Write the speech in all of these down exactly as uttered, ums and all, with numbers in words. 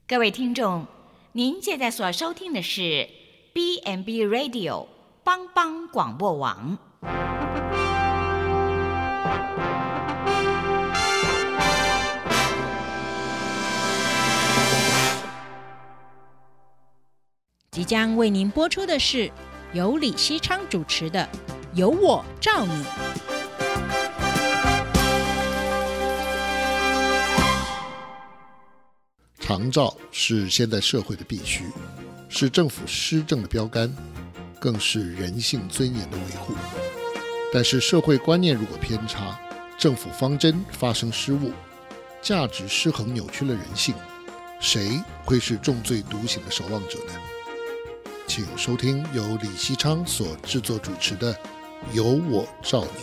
各位听众，您现在所收听的是 B and B Radio 帮帮广播网。 即将为您播出的是由李希昌主持的《有我照你》。 长照是现代社会的必须，是政府施政的标杆，更是人性尊严的维护。但是社会观念如果偏差，政府方针发生失误，价值失衡扭曲了人性，谁会是重罪独行的守望者呢？请收听由李希昌所制作主持的《有我照你》。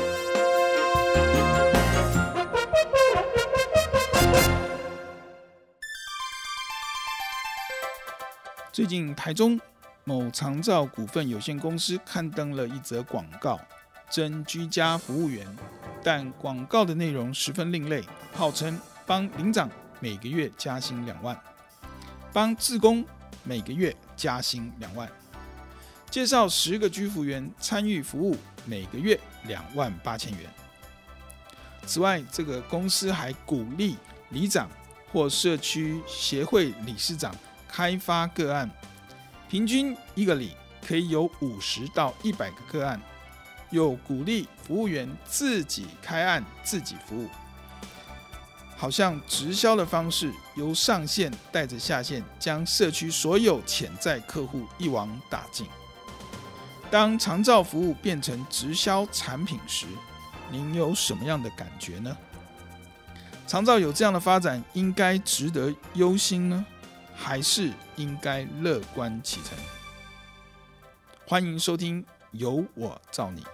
最近台中某长照股份有限公司刊登了一则广告，征居家服务员，但广告的内容十分另类，号称帮领长每个月加薪两万，帮志工每个月加薪两万，介绍十个居服员参与服务，每个月两万八千元。此外，这个公司还鼓励里长或社区协会理事长开发个案，平均一个里可以有五十到一百个个案，又鼓励服务员自己开案自己服务，好像直销的方式，由上线带着下线，将社区所有潜在客户一网打尽。当长照服务变成直销产品时，您有什么样的感觉呢？长照有这样的发展，应该值得忧心呢，还是应该乐观其成？欢迎收听《有我照你》。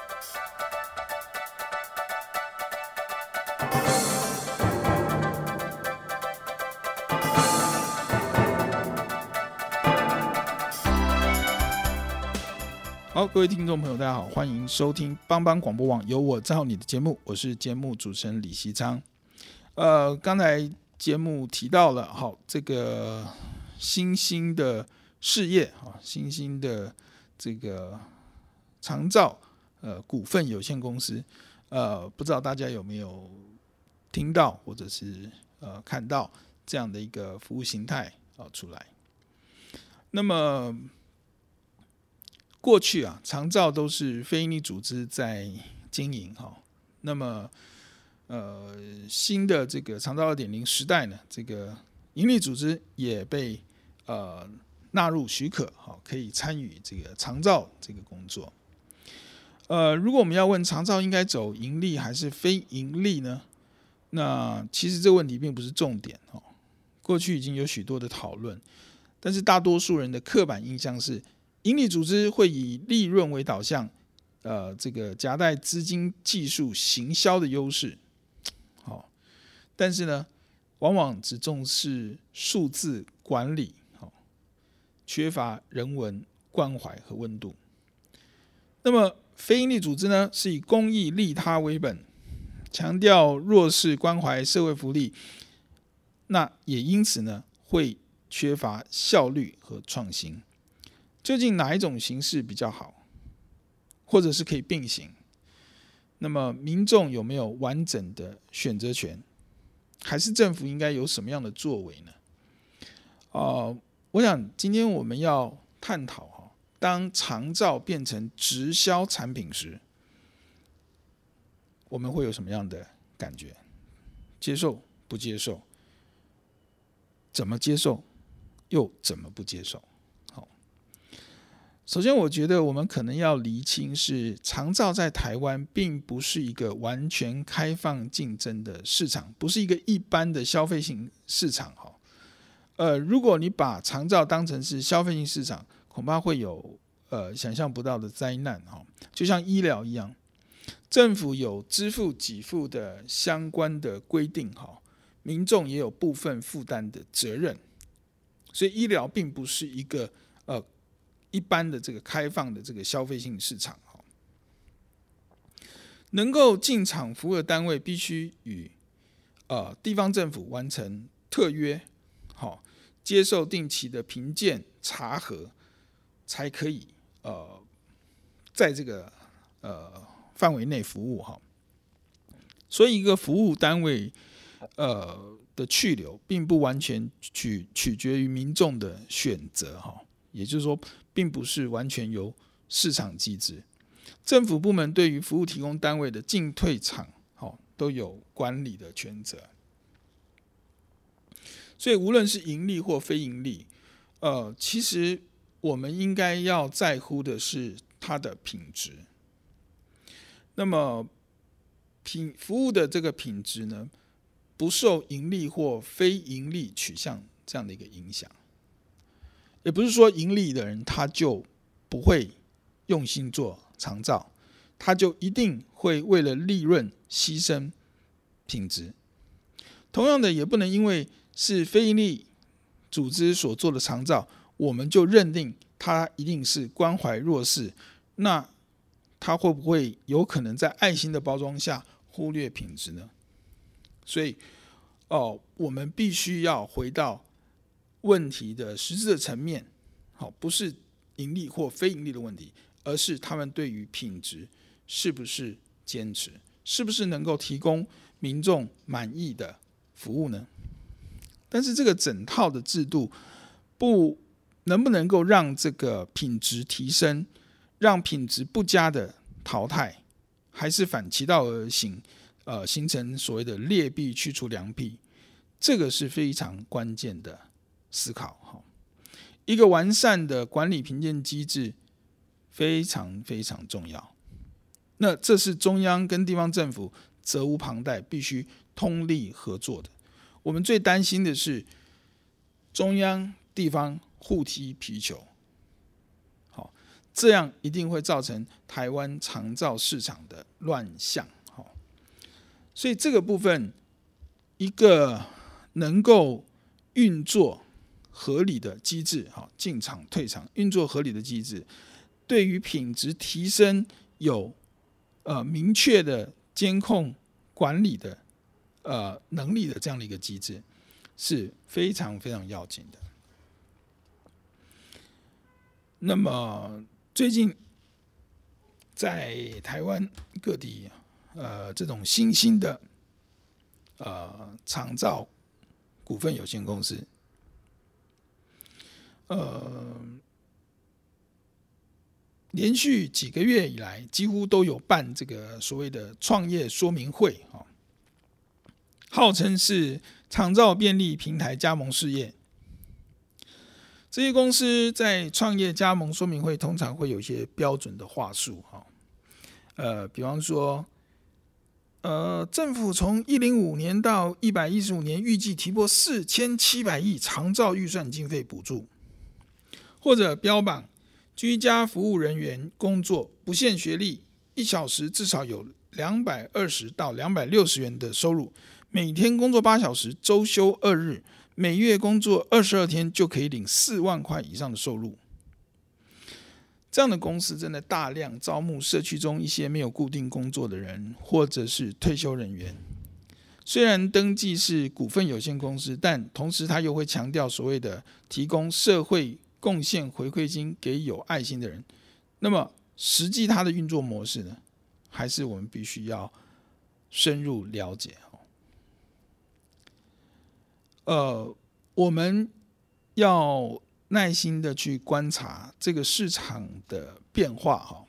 好，各位听众朋友，大家好，欢迎收听帮帮广播网有我照你的节目，我是节目主持人李希昌。呃，刚才节目提到了，好，这个新兴的事业，新兴的这个长照呃股份有限公司，呃，不知道大家有没有听到或者是呃看到这样的一个服务形态啊出来？那么过去啊，长照都是非营利组织在经营哈。那么，呃，新的这个长照 二点零 时代呢，这个营利组织也被呃纳入许可，好，可以参与这个长照这个工作。呃，如果我们要问长照应该走盈利还是非盈利呢？那其实这个问题并不是重点哦。过去已经有许多的讨论，但是大多数人的刻板印象是，营利组织会以利润为导向，呃，这个夹带资金、技术、行销的优势，好，但是呢，往往只重视数字管理，好，缺乏人文关怀和温度。那么，非营利组织呢，是以公益利他为本，强调弱势关怀、社会福利，那也因此呢，会缺乏效率和创新。究竟哪一种形式比较好，或者是可以并行？那么民众有没有完整的选择权？还是政府应该有什么样的作为呢？呃、我想今天我们要探讨，当长照变成直销产品时，我们会有什么样的感觉？接受不接受？怎么接受？又怎么不接受？首先，我觉得我们可能要厘清是，长照在台湾并不是一个完全开放竞争的市场，不是一个一般的消费性市场。呃，如果你把长照当成是消费性市场，恐怕会有呃想象不到的灾难。就像医疗一样，政府有支付给付的相关的规定，民众也有部分负担的责任，所以医疗并不是一个呃。一般的这个开放的这个消费性市场，能够进场服务的单位必须与呃地方政府完成特约， 好，接受定期的评鉴查核，才可以呃在这个呃范围内服务哈。所以一个服务单位呃的去留，并不完全取取决于民众的选择哈，也就是说，并不是完全由市场机制。政府部门对于服务提供单位的进退场，哦，都有管理的权责。所以无论是盈利或非盈利，呃，其实我们应该要在乎的是它的品质。那么品服务的这个品质呢，不受盈利或非盈利取向这样的一个影响。也不是说盈利的人他就不会用心做长照，他就一定会为了利润牺牲品质。同样的，也不能因为是非营利组织所做的长照，我们就认定它一定是关怀弱势，那它会不会有可能在爱心的包装下忽略品质呢？所以，哦，我们必须要回到问题的实质的层面，好，不是盈利或非盈利的问题，而是他们对于品质是不是坚持，是不是能够提供民众满意的服务呢？但是这个整套的制度不能不能够让这个品质提升，让品质不佳的淘汰，还是反其道而行，呃，形成所谓的劣币驱除良币，这个是非常关键的思考。一个完善的管理评鉴机制非常非常重要，那这是中央跟地方政府责无旁贷，必须通力合作的。我们最担心的是中央地方互踢皮球，好，这样一定会造成台湾长照市场的乱象。好，所以这个部分，一个能够运作合理的机制，好，进场退场运作合理的机制，对于品质提升有呃明确的监控管理的呃能力的这样的一个机制，是非常非常要紧的。那么最近在台湾各地，呃，这种新兴的呃长照股份有限公司，呃，连续几个月以来，几乎都有办这个所谓的创业说明会，号称是长照便利平台加盟事业。这些公司在创业加盟说明会通常会有一些标准的话术，呃，比方说，呃，政府从一零五年到一百一十五年预计提拨四千七百亿长照预算经费补助，或者标榜居家服务人员工作不限学历，一小时至少有两百二十到两百六十元的收入，每天工作八小时，周休二日，每月工作二十二天就可以领四万块以上的收入。这样的公司真的大量招募社区中一些没有固定工作的人，或者是退休人员。虽然登记是股份有限公司，但同时他又会强调所谓的提供社会贡献回馈金给有爱心的人。那么实际它的运作模式呢，还是我们必须要深入了解。呃，我们要耐心的去观察这个市场的变化。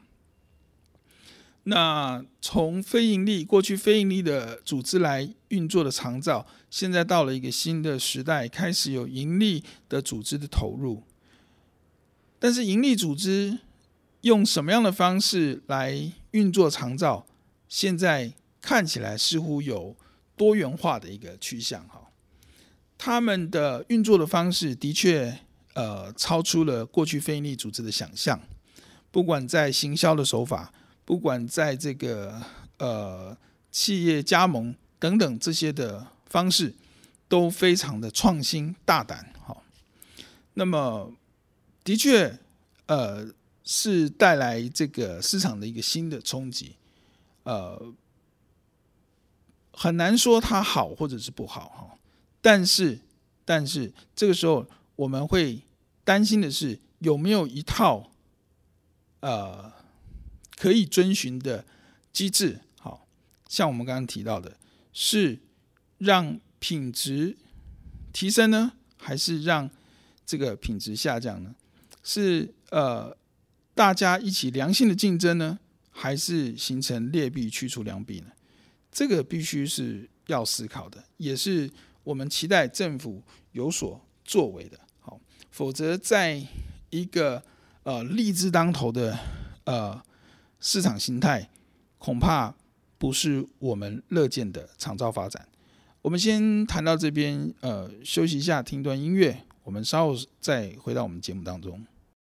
那从非盈利，过去非盈利的组织来运作的长照，现在到了一个新的时代，开始有盈利的组织的投入。但是盈利组织用什么样的方式来运作长照，现在看起来似乎有多元化的一个趋向。他们的运作的方式的确呃超出了过去非营利组织的想象，不管在行销的手法，不管在这个呃企业加盟等等这些的方式，都非常的创新大胆。好，那么的确呃是带来这个市场的一个新的冲击，呃很难说它好或者是不好。但是但是这个时候我们会担心的是有没有一套呃可以遵循的机制，好像我们刚刚提到的，是让品质提升呢，还是让这个品质下降呢？是呃大家一起良性的竞争呢，还是形成劣币驱逐良币呢？这个必须是要思考的，也是我们期待政府有所作为的。好，否则在一个呃利字当头的呃市场形态，恐怕不是我们乐见的长照发展。我们先谈到这边，呃，休息一下，听段音乐，我们稍后再回到我们节目当中。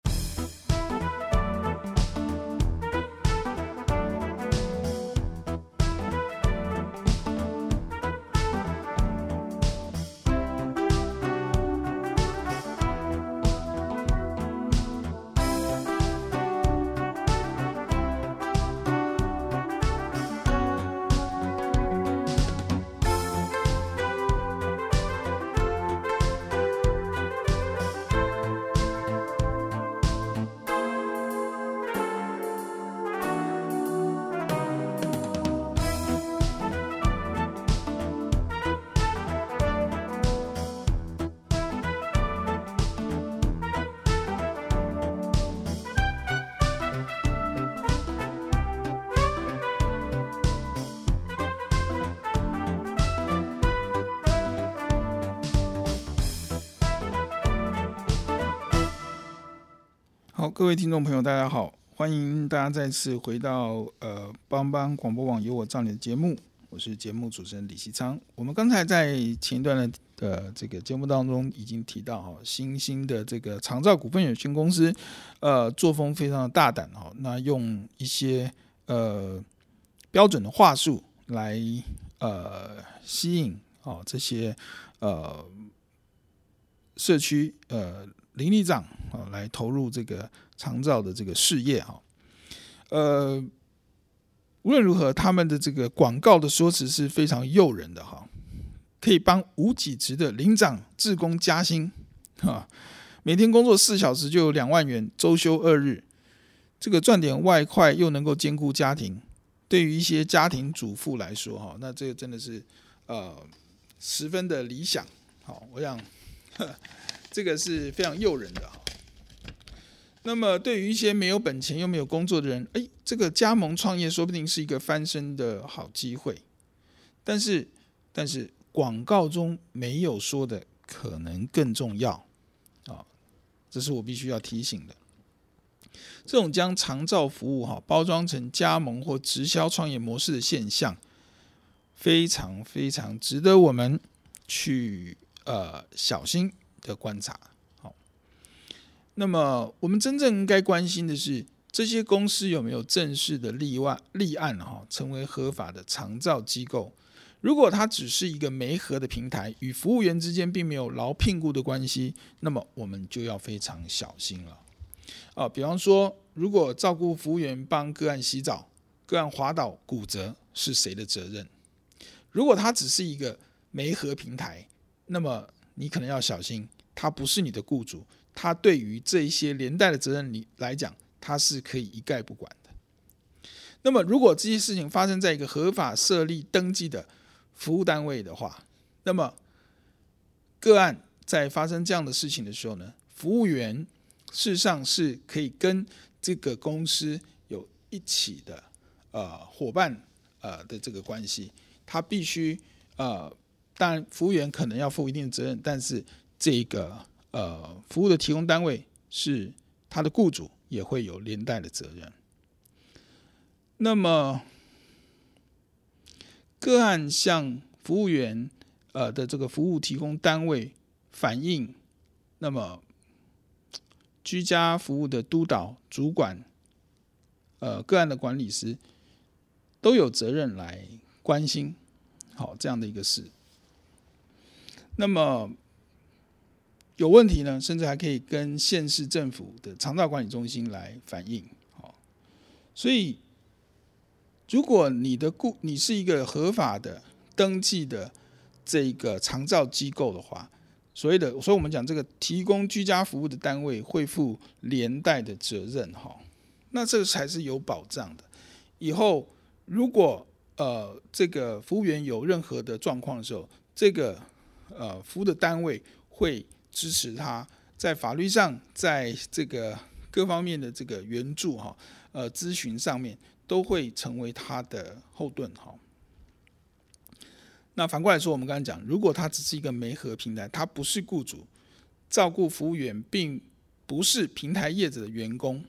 好，各位听众朋友，大家好，欢迎大家再次回到呃帮帮广播网有我照你的节目，我是节目主持人李希昌。我们刚才在前一段的呃这个节目当中已经提到哈，新兴的这个长照股份有限公司，呃作风非常的大胆哈，那用一些呃标准的话术来呃吸引哦这些呃社区呃。邻里长来投入这个长照的这个事业哈，呃，无论如何，他们的这个广告的说辞是非常诱人的哈，可以帮无给职的领长、志工加薪哈，每天工作四小时就有两万元，周休二日，这个赚点外快又能够兼顾家庭，对于一些家庭主妇来说哈，那这个真的是呃十分的理想。好，我想。呵这个是非常诱人的。那么对于一些没有本钱又没有工作的人，哎，这个加盟创业说不定是一个翻身的好机会。但是，但是广告中没有说的可能更重要啊，这是我必须要提醒的。这种将长照服务哈包装成加盟或直销创业模式的现象，非常非常值得我们去呃小心的观察。好，那么我们真正应该关心的是，这些公司有没有正式的立案立案哈，成为合法的长照机构。如果它只是一个媒合的平台，与服务员之间并没有劳聘雇的关系，那么我们就要非常小心了。啊，比方说，如果照顾服务员帮个案洗澡，个案滑倒骨折是谁的责任？如果它只是一个媒合平台，那么你可能要小心，他不是你的雇主，他对于这一些连带的责任来讲，他是可以一概不管的。那么，如果这些事情发生在一个合法设立登记的服务单位的话，那么个案在发生这样的事情的时候呢，服务员事实上是可以跟这个公司有一起的呃伙伴呃的这个关系，他必须呃。当然，服务员可能要负一定的责任，但是这个呃服务的提供单位是他的雇主，也会有连带的责任。那么，个案向服务员呃的这个服务提供单位反映，那么居家服务的督导、主管、呃个案的管理师都有责任来关心好这样的一个事。那么有问题呢，甚至还可以跟县市政府的长照管理中心来反映。所以，如果你的雇你是一个合法的登记的这个长照机构的话， 所谓的，所以我们讲这个提供居家服务的单位会负连带的责任哈，那这个才是有保障的。以后如果呃这个服务员有任何的状况的时候，这个呃服务的单位会支持他，在法律上，在这个各方面的这个援助哈，呃咨询上面都会成为他的后盾哈。那反过来说，我们刚才讲，如果他只是一个媒合平台，他不是雇主，照顾服务员并不是平台业者的员工，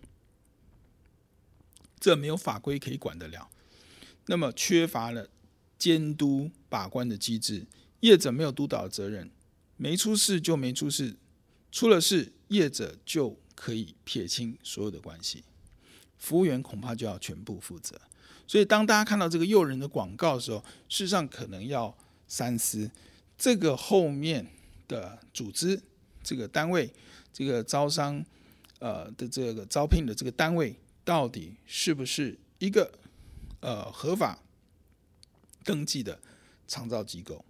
这没有法规可以管得了。那么缺乏了监督把关的机制，业者没有督导的责任，没出事就没出事，出了事业者就可以撇清所有的关系，服务员恐怕就要全部负责。所以当大家看到这个诱人的广告的时候，事实上可能要三思，这个后面的组织、这个单位、这个招商呃的这个招聘的这个单位，到底是不是一个呃合法登记的长照机构？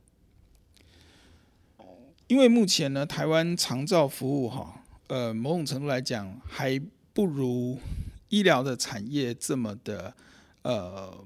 因为目前呢，台湾长照服务哈，呃，某种程度来讲还不如医疗的产业这么的呃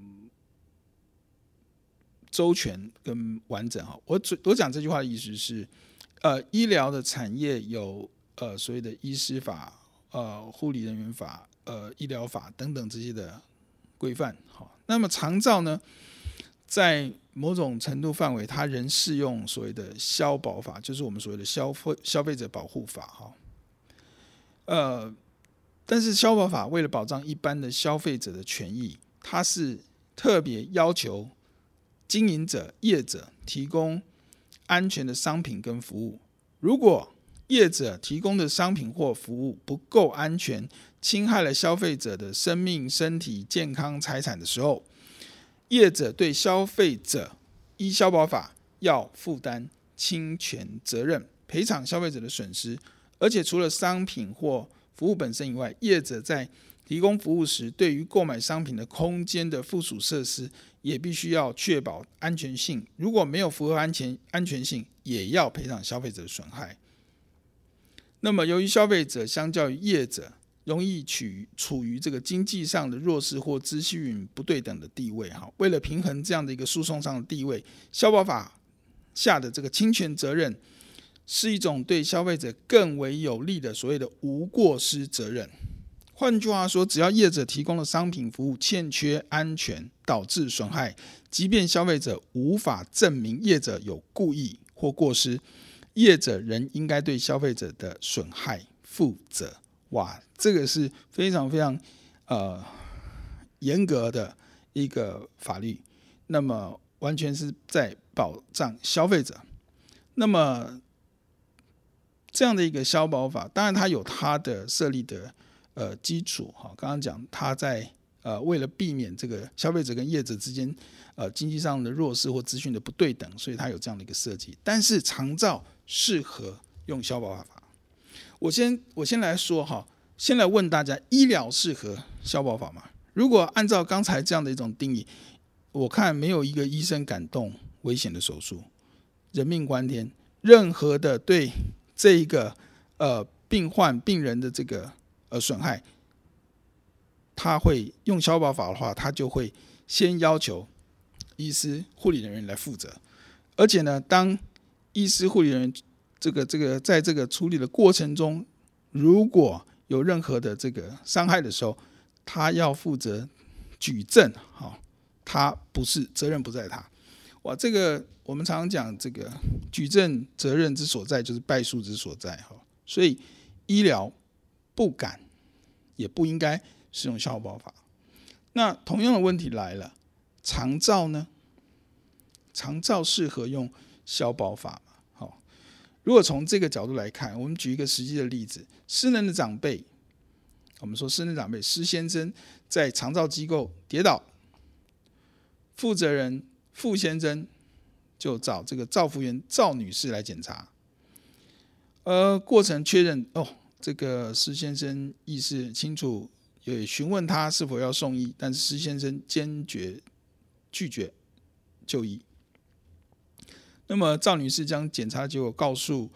周全跟完整哈。我我讲这句话的意思是，呃，医疗的产业有呃所谓的医师法、呃护理人员法、呃医疗法等等这些的规范。好，那么长照呢，在某种程度范围，它仍适用所谓的消保法，就是我们所谓的消费消费者保护法哈。呃，但是消保法为了保障一般的消费者的权益，它是特别要求经营者、业者提供安全的商品跟服务。如果业者提供的商品或服务不够安全，侵害了消费者的生命、身体、健康、财产的时候，业者对消费者依消保法要负担侵权责任，赔偿消费者的损失。而且除了商品或服务本身以外，业者在提供服务时，对于购买商品的空间的附属设施也必须要确保安全性，如果没有符合安全安全性，也要赔偿消费者的损害。那么由于消费者相较于业者容易处于这个经济上的弱势或资讯不对等的地位，为了平衡这样的一个诉讼上的地位，消保法下的这个侵权责任是一种对消费者更为有利的所谓的无过失责任。换句话说，只要业者提供的商品服务欠缺安全，导致损害，即便消费者无法证明业者有故意或过失，业者仍应该对消费者的损害负责。哇，这个是非常非常呃严格的一个法律，那么完全是在保障消费者。那么这样的一个消保法，当然它有它的设立的呃基础哈。刚刚讲它在呃为了避免这个消费者跟业者之间呃经济上的弱势或资讯的不对等，所以它有这样的一个设计。但是长照适合用消保法。我先我先来说哈，先来问大家，医疗适合消保法吗？如果按照刚才这样的一种定义，我看没有一个医生敢动危险的手术，人命关天，任何的对这一个呃病患病人的这个呃损害，他会用消保法的话，他就会先要求医师护理人员来负责，而且呢，当医师护理人员这个这个在这个处理的过程中，如果有任何的这个伤害的时候，他要负责举证，好，他不是责任不在他。哇，这个我们常常讲，这个举证责任之所在就是败诉之所在，所以医疗不敢也不应该使用消保法。那同样的问题来了，长照呢？长照适合用消保法吗？好，如果从这个角度来看，我们举一个实际的例子，失能的长辈，我们说失能长辈施先生在长照机构跌倒，负责人傅先生就找这个照服员赵女士来检查，呃，过程确认哦，这个施先生意识清楚，也询问他是否要送医，但是施先生坚决拒绝就医。那么赵女士将检查结果告诉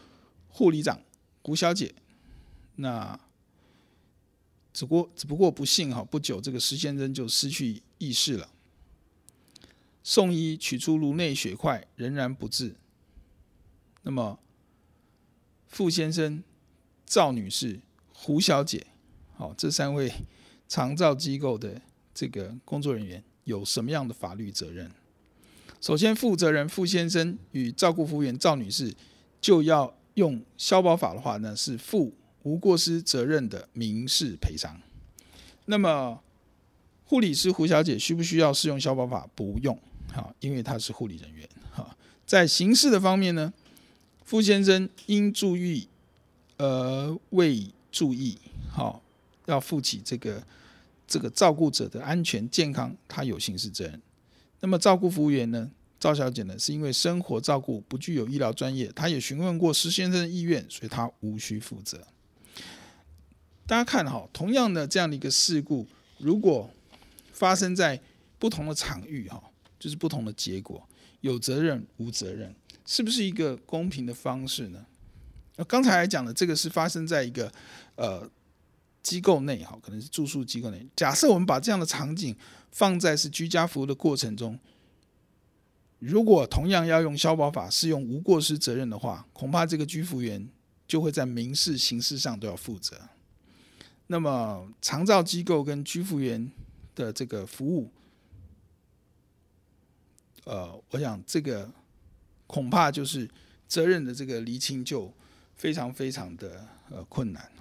护理长胡小姐，那只不过只不过不幸哈，不久这个施先生就失去意识了。送医取出颅内血块，仍然不治。那么傅先生、赵女士、胡小姐，好，这三位长照机构的这个工作人员有什么样的法律责任？首先，负责人傅先生与照顾服务员赵女士就要用消保法的话呢，是负无过失责任的民事赔偿。那么护理师胡小姐需不需要适用消保法？不用，因为她是护理人员。在刑事的方面呢，傅先生因注意而未注意，要负起这个这个照顾者的安全健康，他有刑事责任。那么照顾服务员呢，赵小姐呢，是因为生活照顾不具有医疗专业，她也询问过施先生的意愿，所以她无需负责。大家看哈，同样的这样的一个事故，如果发生在不同的场域哈，就是不同的结果，有责任无责任，是不是一个公平的方式呢？刚才来讲的这个是发生在一个呃机构内，可能是住宿机构内。假设我们把这样的场景放在是居家服务的过程中，如果同样要用消保法适用无过失责任的话，恐怕这个居服员就会在民事、刑事上都要负责。那么长照机构跟居服员的这个服务，呃，我想这个恐怕就是责任的这个厘清就非常非常的呃困难。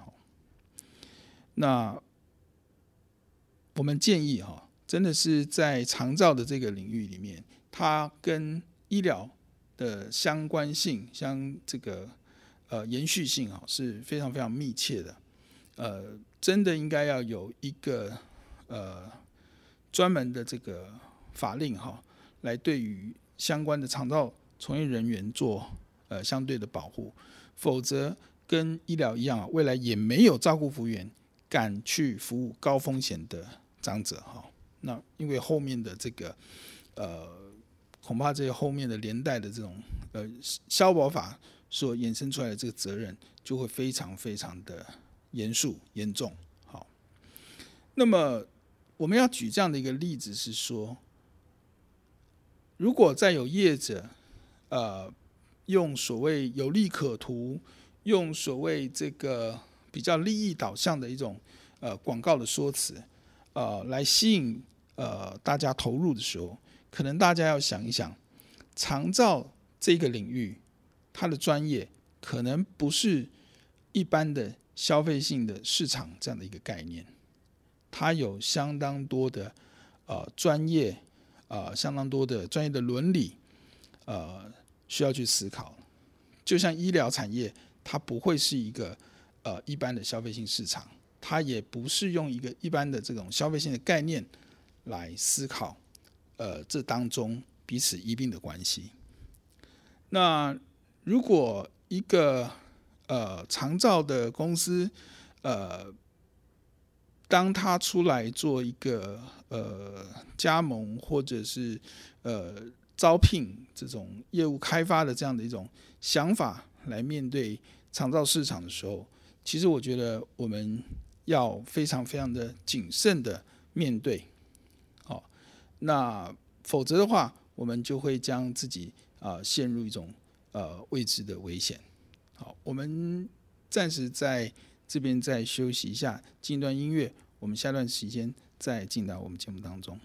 那我们建议哈，真的是在长照的这个领域里面，它跟医疗的相关性、相这个呃延续性啊是非常非常密切的。呃，真的应该要有一个呃专门的这个法令哈，来对于相关的长照从业人员做呃相对的保护，否则跟医疗一样，未来也没有照顾服务员敢去服务高风险的长者哈。那因为后面的这个呃，恐怕这些后面的连带的这种呃消保法所衍生出来的这个责任，就会非常非常的严肃严重。好，那么我们要举这样的一个例子是说，如果再有业者呃用所谓有利可图，用所谓这个比较利益导向的一种呃广告的说辞，呃来吸引呃大家投入的时候，可能大家要想一想，长照这个领域，它的专业可能不是一般的消费性的市场这样的一个概念，它有相当多的呃专业，呃相当多的专业的伦理，呃需要去思考。就像医疗产业，它不会是一个呃一般的消费性市场，它也不是用一个一般的这种消费性的概念来思考，呃这当中彼此医病的关系。那如果一个呃长照的公司，呃当他出来做一个呃加盟或者是呃招聘这种业务开发的这样的一种想法来面对长照市场的时候，其实我觉得我们要非常非常的谨慎的面对，好，那否则的话，我们就会将自己啊、呃、陷入一种呃未知的危险。好，我们暂时在这边再休息一下，进一段音乐，我们下段时间再进到我们节目当中。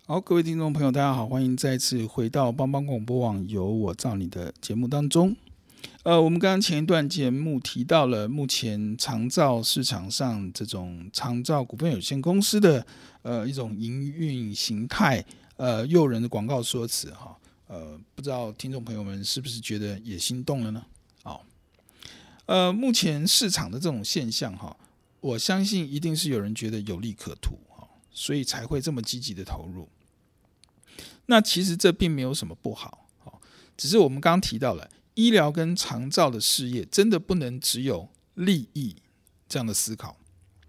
好，各位听众朋友大家好，欢迎再次回到帮帮广播网由我造你的节目当中。呃，我们刚刚前一段节目提到了目前长照市场上这种长照股份有限公司的呃一种营运形态，呃诱人的广告说辞哈，呃不知道听众朋友们是不是觉得也心动了呢？好，呃目前市场的这种现象哈，我相信一定是有人觉得有利可图哈，所以才会这么积极的投入。那其实这并没有什么不好，只是我们刚刚提到了医疗跟长照的事业真的不能只有利益这样的思考。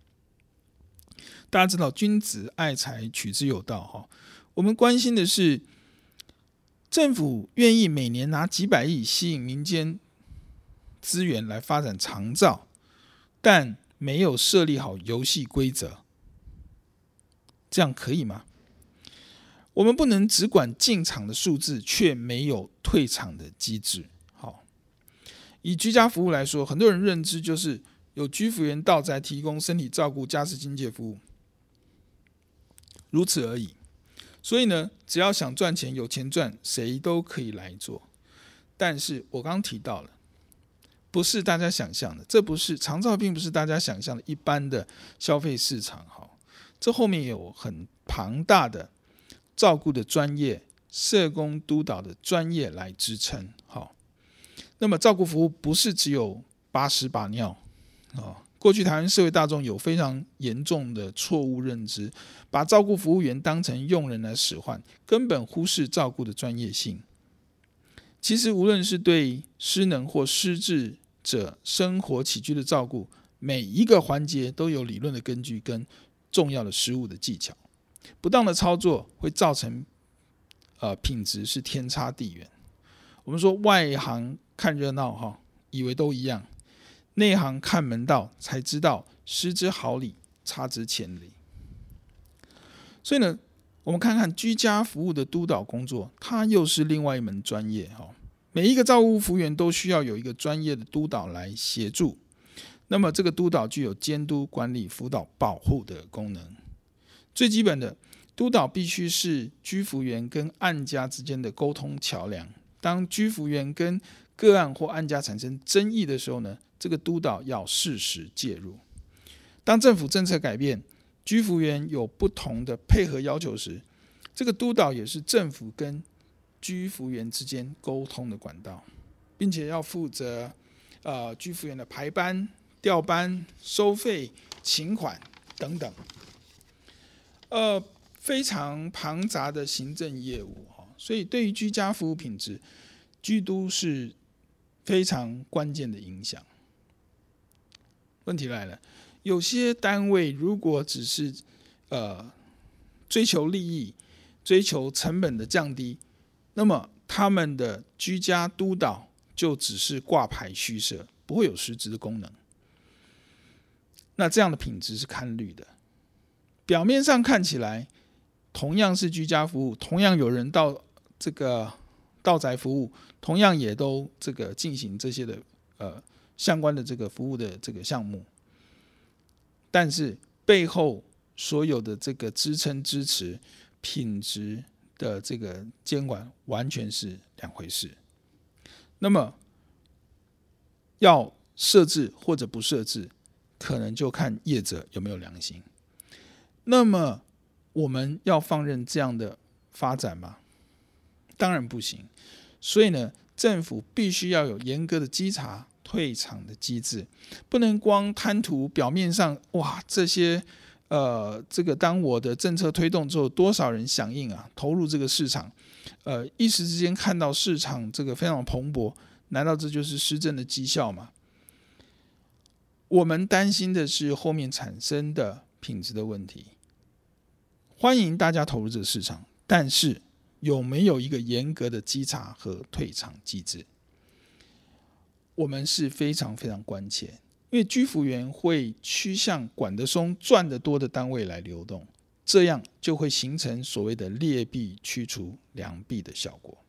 大家知道君子爱财取之有道，我们关心的是政府愿意每年拿几百亿吸引民间资源来发展长照，但没有设立好游戏规则，这样可以吗？我们不能只管进场的数字，却没有退场的机制。好，以居家服务来说，很多人认知就是有居服员到宅提供身体照顾、家事清洁服务，如此而已。所以呢，只要想赚钱、有钱赚，谁都可以来做。但是我刚刚提到了，不是大家想象的，这不是长照，并不是大家想象的一般的消费市场。好，这后面有很庞大的照顾的专业、社工督导的专业来支撑。好，那么照顾服务不是只有把屎把尿。过去台湾社会大众有非常严重的错误认知，把照顾服务员当成用人来使唤，根本忽视照顾的专业性。其实无论是对失能或失智者生活起居的照顾，每一个环节都有理论的根据跟重要的实务的技巧。不当的操作会造成、呃、品质是天差地远。我们说外行看热闹，以为都一样，内行看门道，才知道失之毫厘，差之千里。所以呢，我们看看居家服务的督导工作，它又是另外一门专业。每一个照顾服务员都需要有一个专业的督导来协助，那么这个督导具有监督、管理、辅导、保护的功能。最基本的，督导必须是居服员跟案家之间的沟通桥梁。当居服员跟个案或案家产生争议的时候呢，这个督导要适时介入。当政府政策改变，居服员有不同的配合要求时，这个督导也是政府跟居服员之间沟通的管道，并且要负责、呃、居服员的排班、调班、收费、请款等等。呃，非常庞杂的行政业务，所以对于居家服务品质，居督是非常关键的影响。问题来了，有些单位如果只是、呃、追求利益、追求成本的降低，那么他们的居家督导就只是挂牌虚设，不会有实质的功能。那这样的品质是看绿的。表面上看起来同样是居家服务，同样有人到这个到宅服务，同样也都这个进行这些的呃相关的这个服务的这个项目，但是背后所有的这个支撑支持品质的这个监管完全是两回事。那么要设置或者不设置，可能就看业者有没有良心。那么我们要放任这样的发展吗？当然不行。所以呢，政府必须要有严格的稽查、退场的机制，不能光贪图表面上哇这些呃这个当我的政策推动之后，多少人响应啊，投入这个市场，呃一时之间看到市场这个非常蓬勃，难道这就是施政的绩效吗？我们担心的是后面产生的品质的问题。欢迎大家投入这个市场，但是有没有一个严格的稽查和退场机制？我们是非常非常关切，因为居服员会趋向管得松、赚得多的单位来流动，这样就会形成所谓的劣币驱除良币的效果。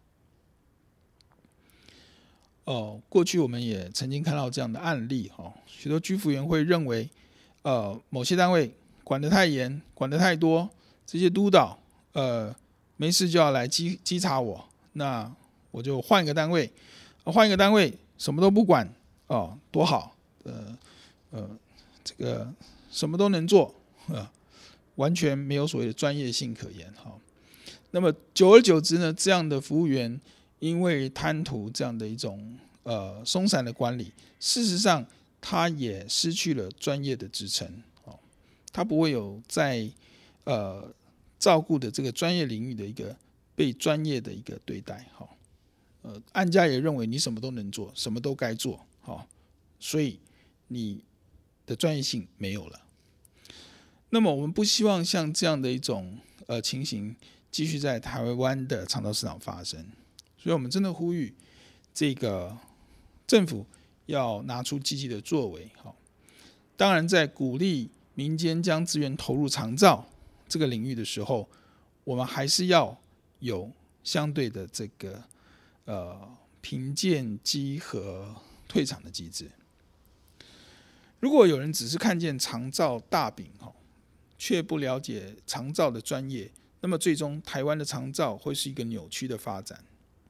哦，过去我们也曾经看到这样的案例，哦，许多居服员会认为，呃，某些单位管得太严、管得太多，这些督导呃没事就要来稽稽查我，那我就换一个单位，换一个单位什么都不管哦，多好，呃呃，这个什么都能做，呃，完全没有所谓的专业性可言哈、哦。那么久而久之呢，这样的服务员因为贪图这样的一种呃松散的管理，事实上他也失去了专业的支撑，哦，他不会有在呃照顾的这个专业领域的一个被专业的一个对待，哈、哦，呃，案家也认为你什么都能做，什么都该做，哦，所以你的专业性没有了。那么我们不希望像这样的一种呃情形继续在台湾的长照市场发生，所以我们真的呼吁这个政府要拿出积极的作为。当然在鼓励民间将资源投入长照这个领域的时候，我们还是要有相对的这个呃评鉴稽核退场的机制。如果有人只是看见长照大饼却不了解长照的专业，那么最终台湾的长照会是一个扭曲的发展，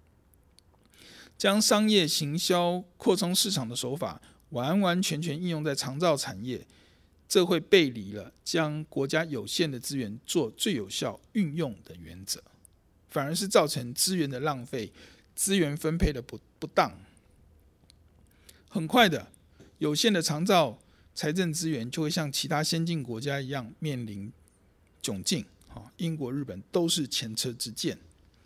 将商业行销扩充市场的手法完完全全应用在长照产业，这会背离了将国家有限的资源做最有效运用的原则，反而是造成资源的浪费，资源分配的 不, 不当。很快的，有限的长照财政资源就会像其他先进国家一样面临窘境，英国、日本都是前车之鉴。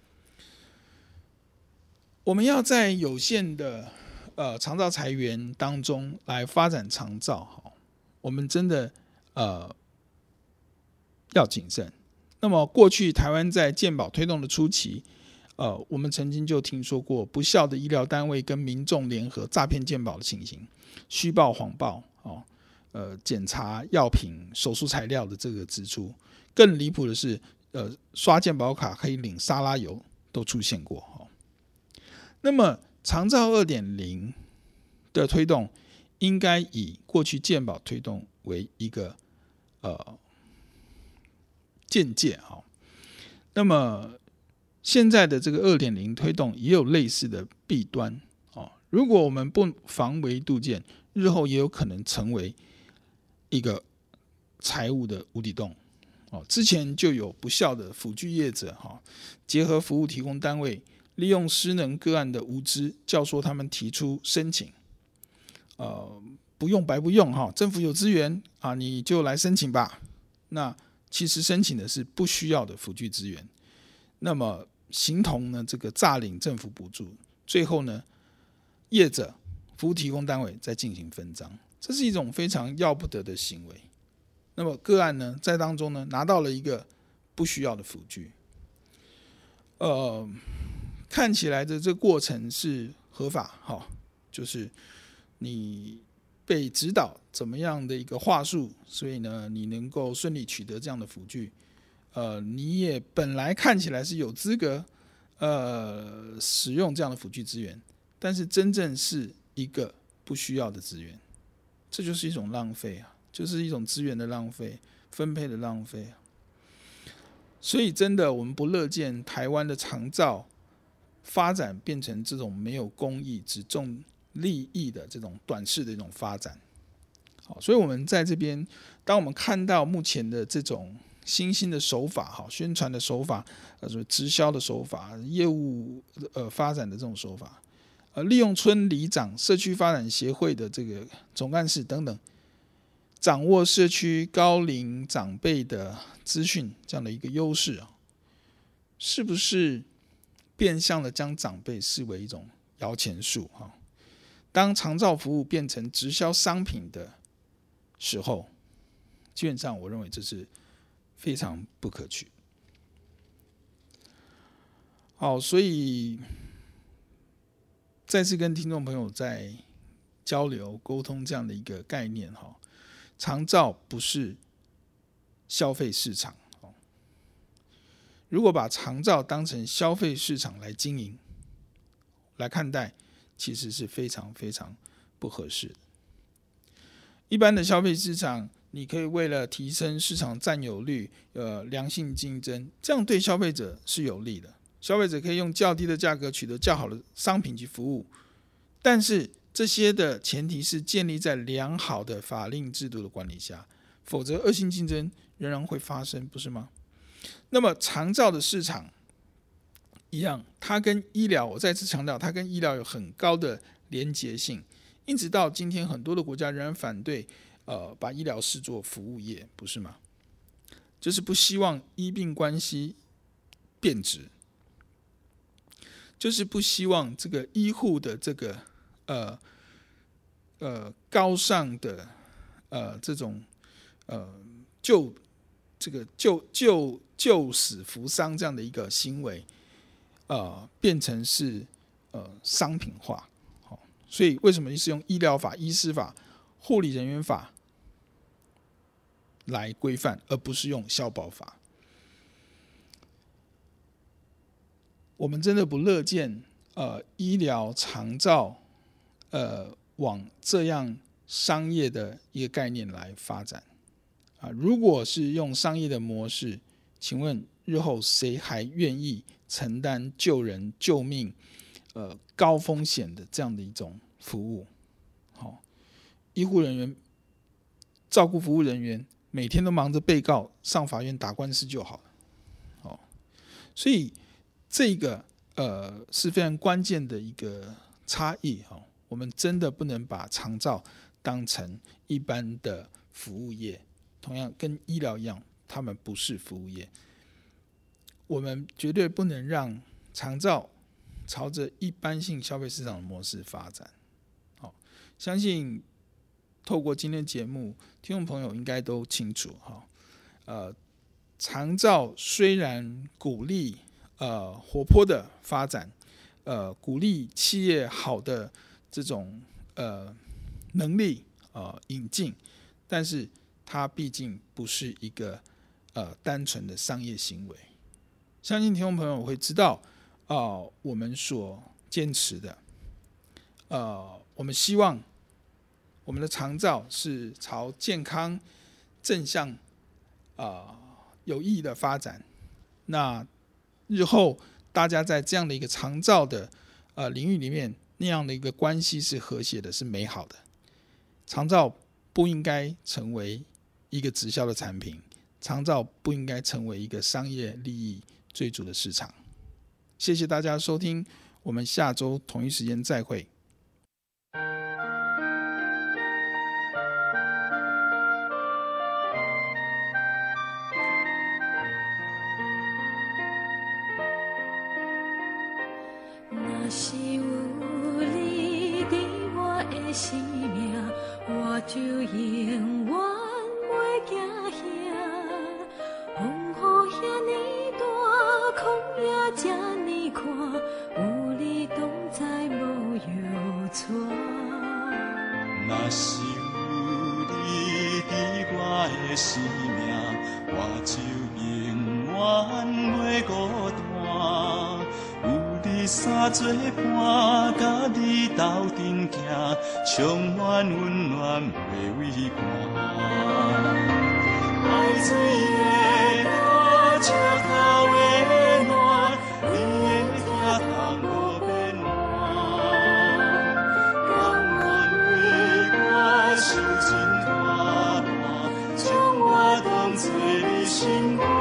我们要在有限的呃长照财源当中来发展长照，我们真的呃要谨慎。那么过去台湾在健保推动的初期，呃，我们曾经就听说过不肖的医疗单位跟民众联合诈骗健保的情形，虚报谎报，哦，呃，检查药品、手术材料的这个支出。更离谱的是，呃，刷健保卡可以领沙拉油都出现过。哦，那么长照 二点零 的推动，应该以过去健保推动为一个呃见解。哦，那么现在的这个 二点零 推动也有类似的弊端。哦，如果我们不防微杜渐，日后也有可能成为一个财务的无底洞。哦，之前就有不肖的辅具业者，哦，结合服务提供单位，利用失能个案的无知，教唆他们提出申请，呃，不用白不用，哦，政府有资源啊，你就来申请吧。那其实申请的是不需要的辅具资源，那么形同呢这个诈领政府补助，最后呢业者服务提供单位再进行分赃，这是一种非常要不得的行为。那么个案呢在当中呢拿到了一个不需要的辅具，呃，看起来的这个过程是合法，哦，就是你被指导怎么样的一个话术，所以呢你能够顺利取得这样的辅具，呃，你也本来看起来是有资格呃使用这样的辅具资源，但是真正是一个不需要的资源，这就是一种浪费啊，就是一种资源的浪费，分配的浪费。所以真的我们不乐见台湾的长照发展变成这种没有公益、只重利益的这种短视的一种发展。好，所以我们在这边，当我们看到目前的这种新兴的手法，好，宣传的手法，呃，直销的手法，业务呃发展的这种手法，呃，利用村里长、社区发展协会的这个总干事等等，掌握社区高龄长辈的资讯这样的一个优势啊，是不是变相的将长辈视为一种摇钱树啊？当长照服务变成直销商品的时候，基本上我认为这是非常不可取。好，所以再次跟听众朋友在交流沟通这样的一个概念，长照不是消费市场，如果把长照当成消费市场来经营来看待，其实是非常非常不合适的。一般的消费市场你可以为了提升市场占有率，呃，良性竞争，这样对消费者是有利的。消费者可以用较低的价格取得较好的商品及服务，但是这些的前提是建立在良好的法令制度的管理下，否则恶性竞争仍然会发生，不是吗？那么长照的市场一样，它跟医疗，我再次强调，它跟医疗有很高的连结性，因此到今天很多的国家仍然反对呃，把医疗视作服务业，不是吗？就是不希望医病关系变质，就是不希望这个医护的这个呃呃高尚的呃这种呃救这个救救救死扶伤这样的一个行为，呃变成是呃商品化。好，所以为什么是用医疗法、医师法、护理人员法来规范，而不是用消保法？我们真的不乐见呃医疗长照呃往这样商业的一个概念来发展啊！如果是用商业的模式，请问日后谁还愿意承担救人救命呃高风险的这样的一种服务？好，医护人员、照顾服务人员每天都忙着被告上法院打官司就好了。好，所以这个呃是非常关键的一个差异。哦，我们真的不能把长照当成一般的服务业，同样跟医疗一样，他们不是服务业。我们绝对不能让长照朝着一般性消费市场的模式发展。好，相信透过今天的节目，听众朋友应该都清楚哈。呃，长照虽然鼓励呃活泼的发展，呃鼓励企业好的这种呃能力呃引进，但是它毕竟不是一个呃单纯的商业行为。相信听众朋友会知道，呃，我们所坚持的，呃，我们希望我们的长照是朝健康、正向、呃、有意义的发展。那日后大家在这样的一个长照的呃领域里面，那样的一个关系是和谐的，是美好的。长照不应该成为一个直销的产品，长照不应该成为一个商业利益追逐的市场。谢谢大家收听，我们下周同一时间再会。 若是有你在我的生命，我就永远袂惊吓。风雨遐尼大，空也这尼宽，有你同在无忧愁。 若是有你在我的生命，我就永远袂孤单。你三做伴，甲你斗阵行，充满温暖，袂畏寒。爱水的路，石头的暖，你的疼痛无变换。甘愿为我受尽大难，将我当作你心肝。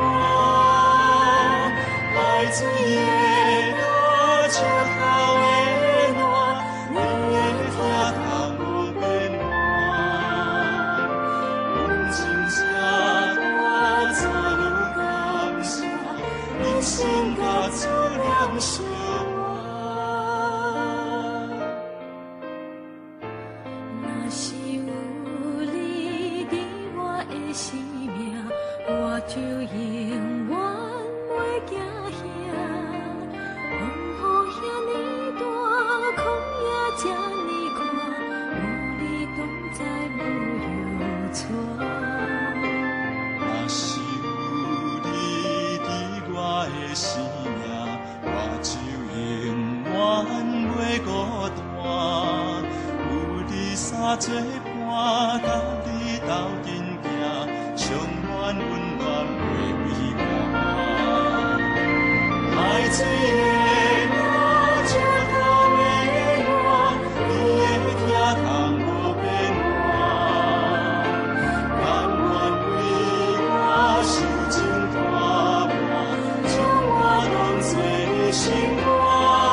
爱水的石头的暖，你的疼痛无变换。阮情这大，怎能感谢？人生甲自然相伴。若是有你在我的生命，我就永远袂惊吓。这尼宽，有你同在无忧愁。若是有你在我的生命，我就永远袂孤单。有你相做伴，甲你斗阵行。 充满温暖袂畏寒。海水的路，石头的路，你的疼痛无变化。甘愿为我受尽大磨，将我当作心肝。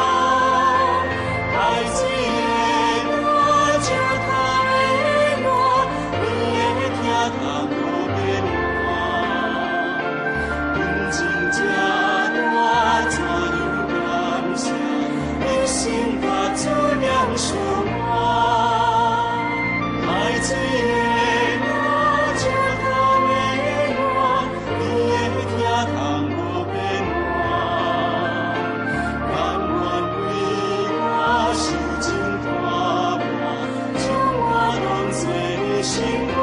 海水的路，石头的路，你的疼痛无变化。阮情这大，怎样感谢？一心把主念相伴。海水的路，石头的路，你的疼痛无变化。甘愿为我受尽大磨，将我当作心。